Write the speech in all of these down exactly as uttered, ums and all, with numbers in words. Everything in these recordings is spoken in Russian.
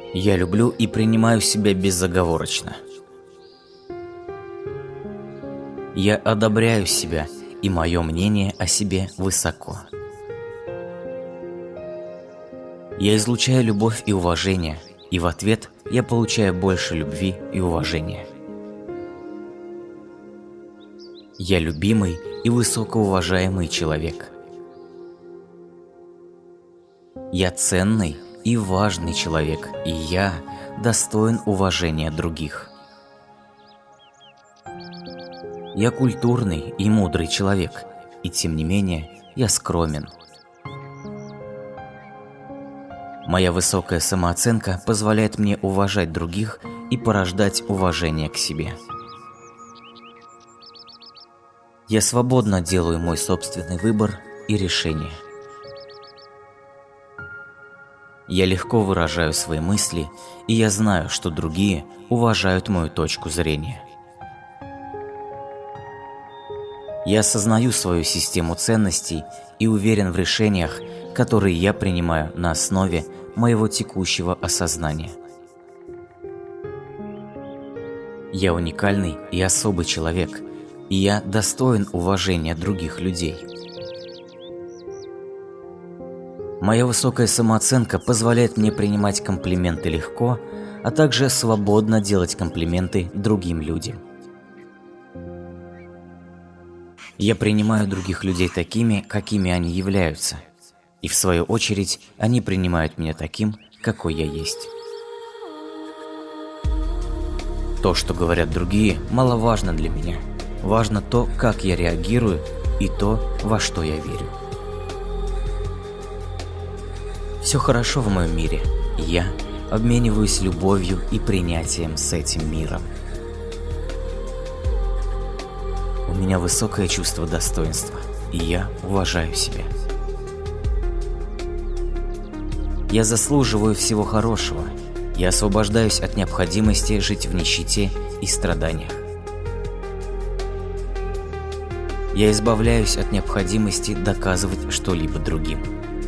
Я люблю и принимаю себя безоговорочно. Я одобряю себя, и мое мнение о себе высоко. Я излучаю любовь и уважение, и в ответ я получаю больше любви и уважения. Я любимый и высокоуважаемый человек. Я ценный и важный человек, и я достоин уважения других. Я культурный и мудрый человек, и тем не менее я скромен. Моя высокая самооценка позволяет мне уважать других и порождать уважение к себе. Я свободно делаю мой собственный выбор и решение. Я легко выражаю свои мысли, и я знаю, что другие уважают мою точку зрения. Я осознаю свою систему ценностей и уверен в решениях, которые я принимаю на основе моего текущего осознания. Я уникальный и особый человек, и я достоин уважения других людей. Моя высокая самооценка позволяет мне принимать комплименты легко, а также свободно делать комплименты другим людям. Я принимаю других людей такими, какими они являются, и в свою очередь они принимают меня таким, какой я есть. То, что говорят другие, маловажно для меня. Важно то, как я реагирую, и то, во что я верю. Все хорошо в моем мире, и я обмениваюсь любовью и принятием с этим миром. У меня высокое чувство достоинства, и я уважаю себя. Я заслуживаю всего хорошего. Я освобождаюсь от необходимости жить в нищете и страданиях. Я избавляюсь от необходимости доказывать что-либо другим.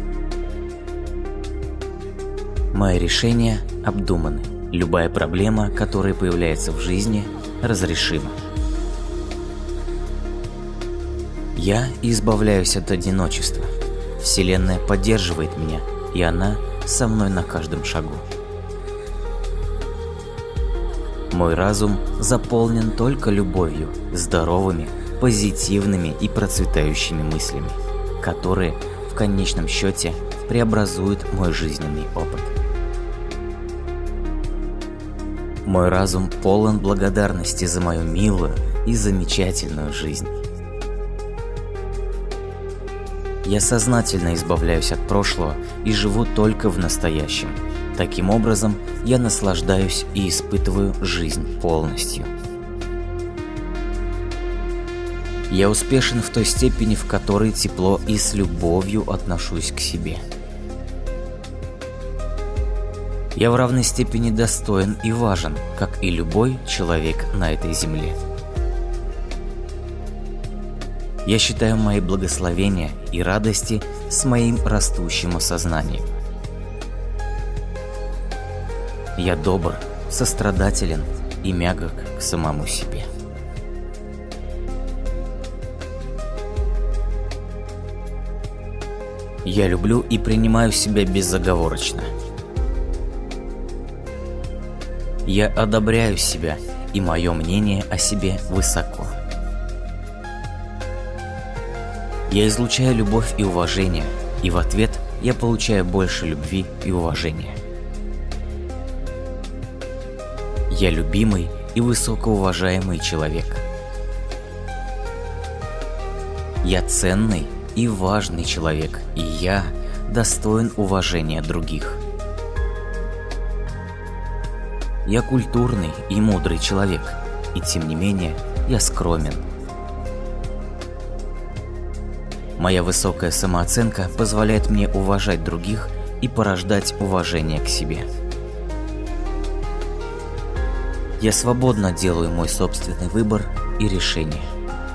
Мои решения обдуманы. Любая проблема, которая появляется в жизни, разрешима. Я избавляюсь от одиночества. Вселенная поддерживает меня, и она со мной на каждом шагу. Мой разум заполнен только любовью, здоровыми, позитивными и процветающими мыслями, которые в конечном счете преобразуют мой жизненный опыт. Мой разум полон благодарности за мою милую и замечательную жизнь. Я сознательно избавляюсь от прошлого и живу только в настоящем. Таким образом, я наслаждаюсь и испытываю жизнь полностью. Я успешен в той степени, в которой тепло и с любовью отношусь к себе. Я в равной степени достоин и важен, как и любой человек на этой земле. Я считаю мои благословения и радости с моим растущим осознанием. Я добр, сострадателен и мягок к самому себе. Я люблю и принимаю себя безоговорочно. Я одобряю себя, и мое мнение о себе высоко. Я излучаю любовь и уважение, и в ответ я получаю больше любви и уважения. Я любимый и высокоуважаемый человек. Я ценный и важный человек, и я достоин уважения других. Я культурный и мудрый человек, и тем не менее я скромен. Моя высокая самооценка позволяет мне уважать других и порождать уважение к себе. Я свободно делаю мой собственный выбор и решение.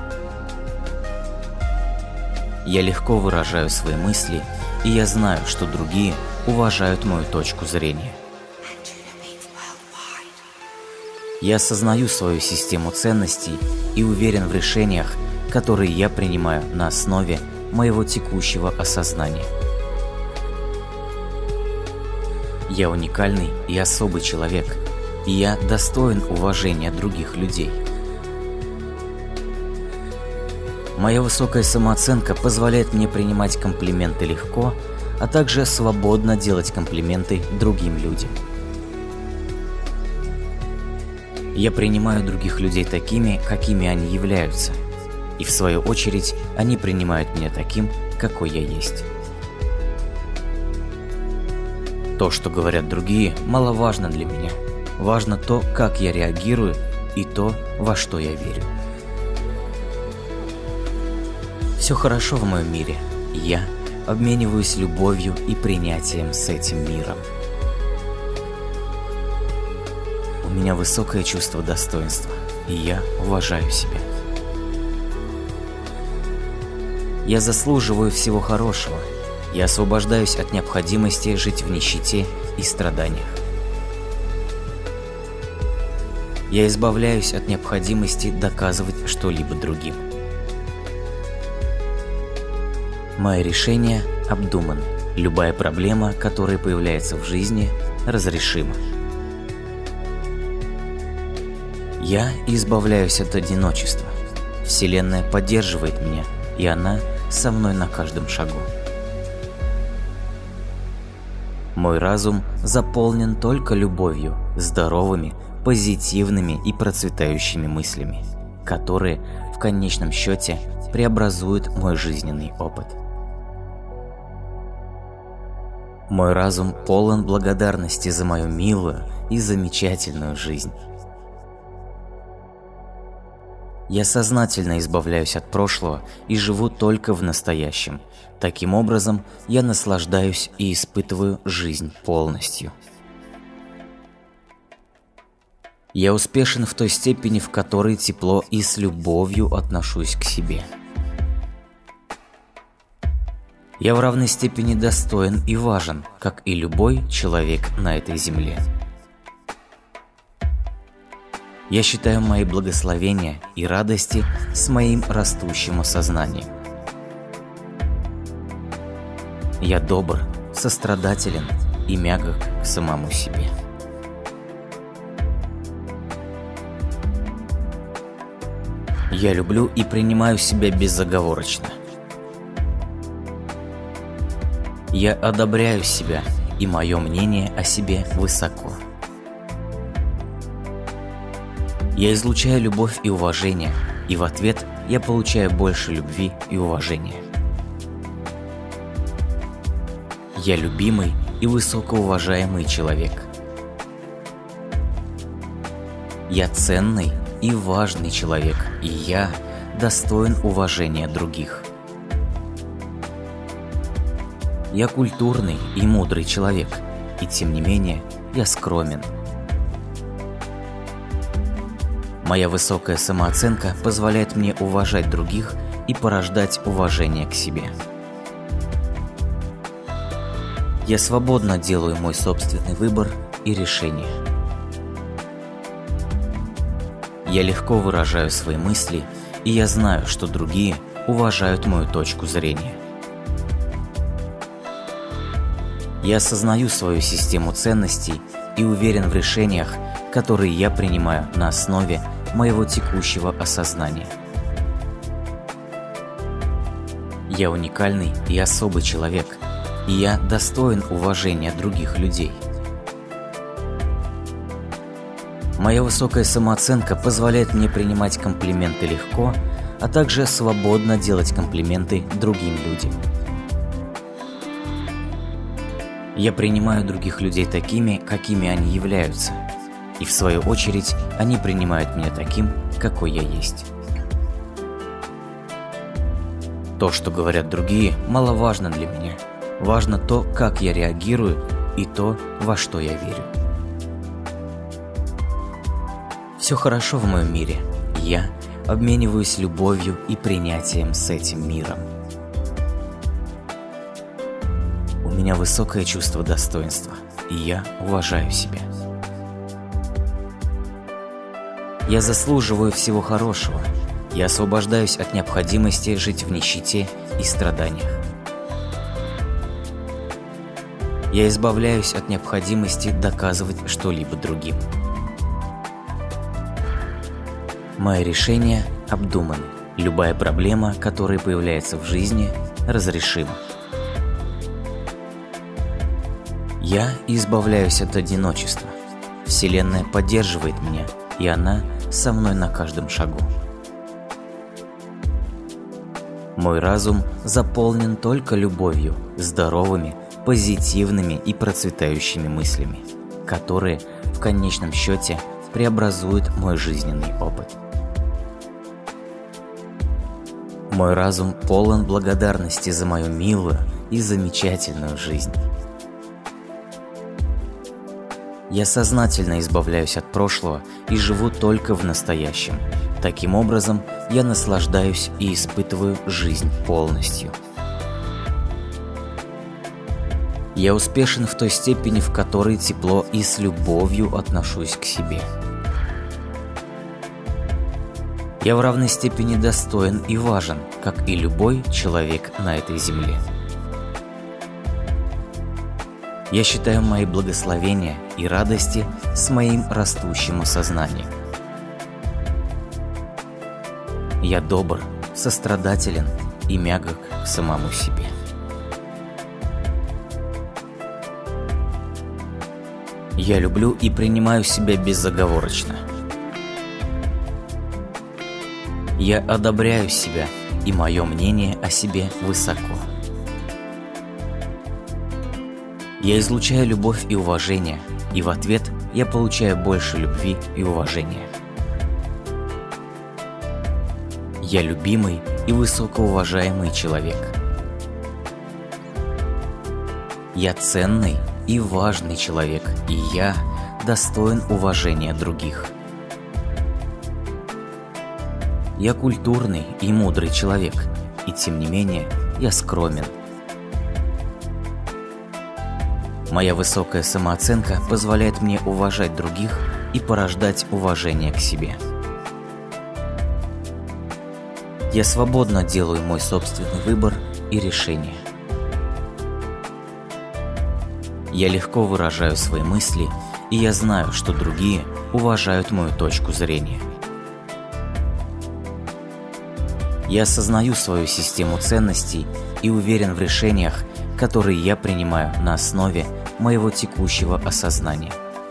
Я легко выражаю свои мысли, и я знаю, что другие уважают мою точку зрения. Я осознаю свою систему ценностей и уверен в решениях, которые я принимаю на основе моего текущего осознания. Я уникальный и особый человек, и я достоин уважения других людей. Моя высокая самооценка позволяет мне принимать комплименты легко, а также свободно делать комплименты другим людям. Я принимаю других людей такими, какими они являются, и в свою очередь они принимают меня таким, какой я есть. То, что говорят другие, маловажно для меня. Важно то, как я реагирую, и то, во что я верю. Все хорошо в моем мире, и я обмениваюсь любовью и принятием с этим миром. У меня высокое чувство достоинства, и я уважаю себя. Я заслуживаю всего хорошего. Я освобождаюсь от необходимости жить в нищете и страданиях. Я избавляюсь от необходимости доказывать что-либо другим. Мои решения обдуманы. Любая проблема, которая появляется в жизни, разрешима. Я избавляюсь от одиночества. Вселенная поддерживает меня, и она со мной на каждом шагу. Мой разум заполнен только любовью, здоровыми, позитивными и процветающими мыслями, которые в конечном счете преобразуют мой жизненный опыт. Мой разум полон благодарности за мою милую и замечательную жизнь. Я сознательно избавляюсь от прошлого и живу только в настоящем. Таким образом, я наслаждаюсь и испытываю жизнь полностью. Я успешен в той степени, в которой тепло и с любовью отношусь к себе. Я в равной степени достоин и важен, как и любой человек на этой земле. Я считаю мои благословения и радости с моим растущим осознанием. Я добр, сострадателен и мягок к самому себе. Я люблю и принимаю себя безоговорочно. Я одобряю себя, и мое мнение о себе высоко. Я излучаю любовь и уважение, и в ответ я получаю больше любви и уважения. Я любимый и высокоуважаемый человек. Я ценный и важный человек, и я достоин уважения других. Я культурный и мудрый человек, и тем не менее я скромен. Моя высокая самооценка позволяет мне уважать других и порождать уважение к себе. Я свободно делаю мой собственный выбор и решения. Я легко выражаю свои мысли, и я знаю, что другие уважают мою точку зрения. Я осознаю свою систему ценностей и уверен в решениях, которые я принимаю на основе моего текущего осознания. Я уникальный и особый человек, и я достоин уважения других людей. Моя высокая самооценка позволяет мне принимать комплименты легко, а также свободно делать комплименты другим людям. Я принимаю других людей такими, какими они являются, и в свою очередь они принимают меня таким, какой я есть. То, что говорят другие, маловажно для меня. Важно то, как я реагирую, и то, во что я верю. Все хорошо в моем мире, и я обмениваюсь любовью и принятием с этим миром. У меня высокое чувство достоинства, и я уважаю себя. Я заслуживаю всего хорошего. Я освобождаюсь от необходимости жить в нищете и страданиях. Я избавляюсь от необходимости доказывать что-либо другим. Мои решения обдуманы. Любая проблема, которая появляется в жизни, разрешима. Я избавляюсь от одиночества. Вселенная поддерживает меня, и она со мной на каждом шагу. Мой разум заполнен только любовью, здоровыми, позитивными и процветающими мыслями, которые в конечном счете преобразуют мой жизненный опыт. Мой разум полон благодарности за мою милую и замечательную жизнь. Я сознательно избавляюсь от прошлого и живу только в настоящем. Таким образом, я наслаждаюсь и испытываю жизнь полностью. Я успешен в той степени, в которой тепло и с любовью отношусь к себе. Я в равной степени достоин и важен, как и любой человек на этой земле. Я считаю мои благословения и радости с моим растущим осознанием. Я добр, сострадателен и мягок к самому себе. Я люблю и принимаю себя безоговорочно. Я одобряю себя, и мое мнение о себе высоко. Я излучаю любовь и уважение, и в ответ я получаю больше любви и уважения. Я любимый и высокоуважаемый человек. Я ценный и важный человек, и я достоин уважения других. Я культурный и мудрый человек, и тем не менее я скромен. Моя высокая самооценка позволяет мне уважать других и порождать уважение к себе. Я свободно делаю мой собственный выбор и решение. Я легко выражаю свои мысли, и я знаю, что другие уважают мою точку зрения. Я осознаю свою систему ценностей и уверен в решениях, которые я принимаю на основе моего текущего осознания.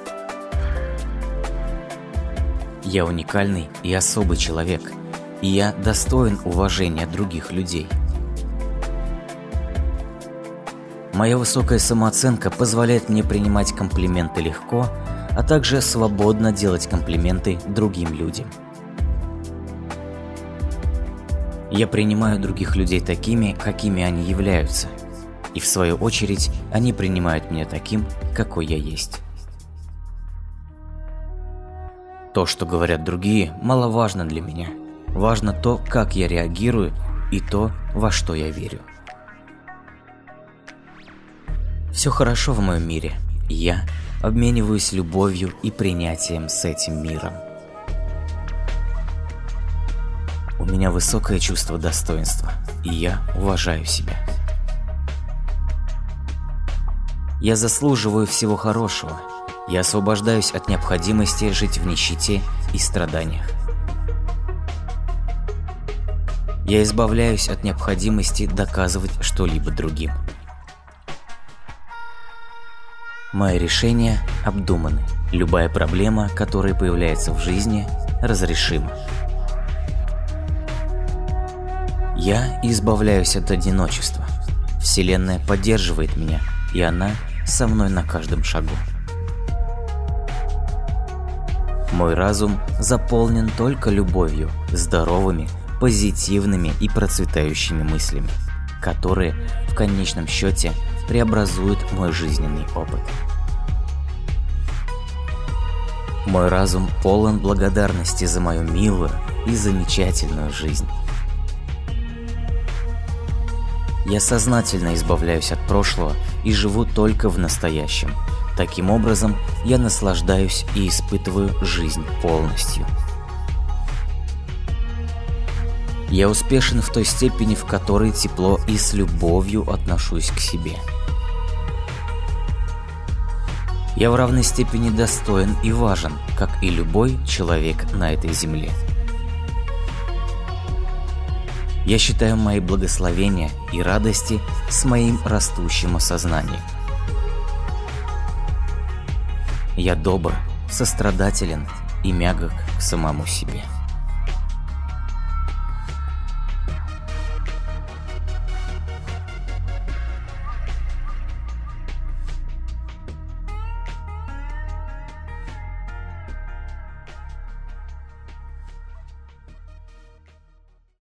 Я уникальный и особый человек, и я достоин уважения других людей. Моя высокая самооценка позволяет мне принимать комплименты легко, а также свободно делать комплименты другим людям. Я принимаю других людей такими, какими они являются, и в свою очередь они принимают меня таким, какой я есть. То, что говорят другие, маловажно для меня. Важно то, как я реагирую, и то, во что я верю. Все хорошо в моем мире, и я обмениваюсь любовью и принятием с этим миром. У меня высокое чувство достоинства, и я уважаю себя. Я заслуживаю всего хорошего. Я освобождаюсь от необходимости жить в нищете и страданиях. Я избавляюсь от необходимости доказывать что-либо другим. Мои решения обдуманы. Любая проблема, которая появляется в жизни, разрешима. Я избавляюсь от одиночества. Вселенная поддерживает меня, и она со мной на каждом шагу. Мой разум заполнен только любовью, здоровыми, позитивными и процветающими мыслями, которые в конечном счете преобразуют мой жизненный опыт. Мой разум полон благодарности за мою милую и замечательную жизнь. Я сознательно избавляюсь от прошлого и живу только в настоящем. Таким образом, я наслаждаюсь и испытываю жизнь полностью. Я успешен в той степени, в которой тепло и с любовью отношусь к себе. Я в равной степени достоин и важен, как и любой человек на этой земле. Я считаю мои благословения и радости с моим растущим осознанием. Я добр, сострадателен и мягок к самому себе.